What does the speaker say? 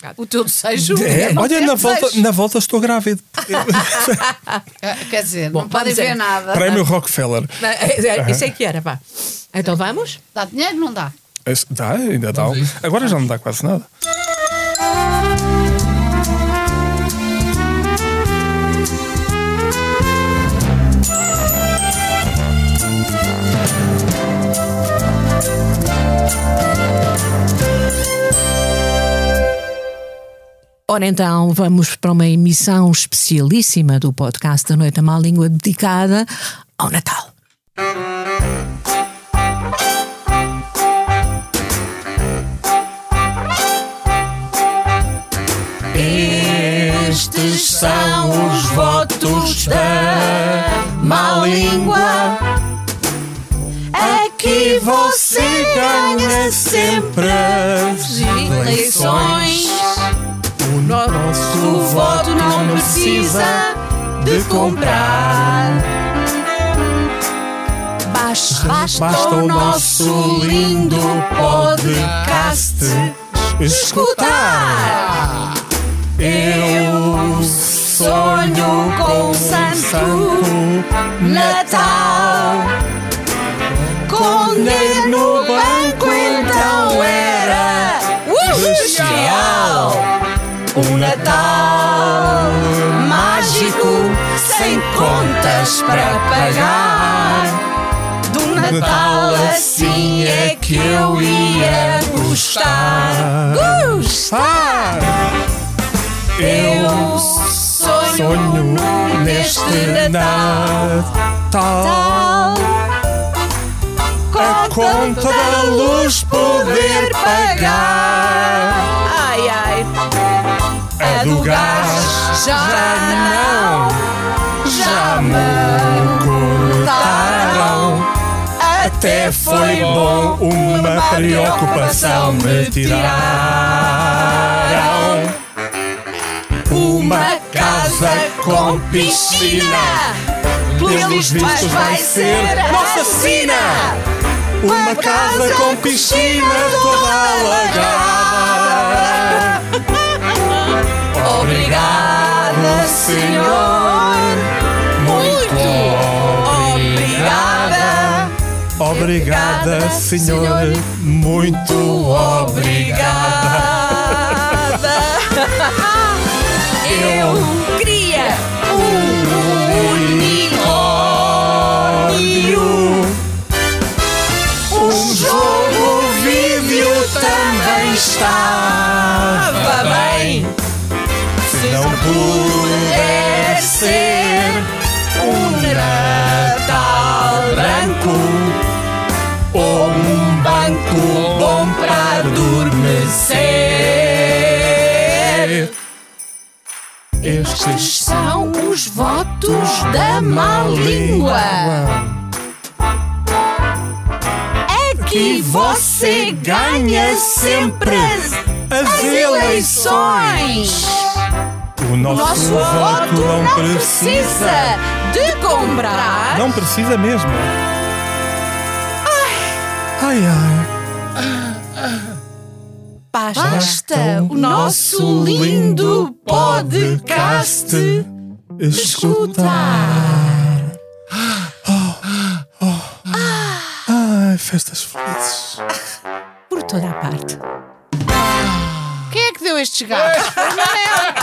O teu desejo. Olha, na volta estou grávido. Quer dizer, Bom, não podem ver nada. Prémio Rockefeller. Isso é que era, pá. Então vamos? Dá dinheiro? Não dá. Dá, ainda dá. Agora já não dá quase nada. Ora então, vamos para uma emissão especialíssima do podcast da Noite à Má Língua dedicada ao Natal. Estes são os votos da má língua. Aqui você ganha sempre as eleições. O nosso voto não precisa de comprar. Basta o nosso lindo podcast escutar. Eu sonho com Santo Natal. Com dinheiro no banco então era bestial. Um Natal mágico, sem contas para pagar. Do Natal assim é que eu ia gostar. Eu sonho neste Natal a conta da luz poder pagar. Ai, ai. A do gás já me cortaram. Até foi bom, uma preocupação me tiraram. Uma casa com piscina, pelos vistos vai ser nossa sina. Uma casa com piscina toda alagada. Obrigada, Senhor, muito obrigada. Obrigada, Senhor, muito obrigada. Eu queria um unicórnio. Um jogo vídeo também estava bem. Se não puder ser um Natal branco ou um banco bom para adormecer. Estes são os votos da má língua. Aqui você ganha sempre as eleições. O nosso voto não precisa de comprar. Não precisa mesmo. Ai, ai. Basta o nosso lindo podcast escutar. Ai, festas felizes. Por toda a parte. Quem é que deu estes gatos? Foi o Manel.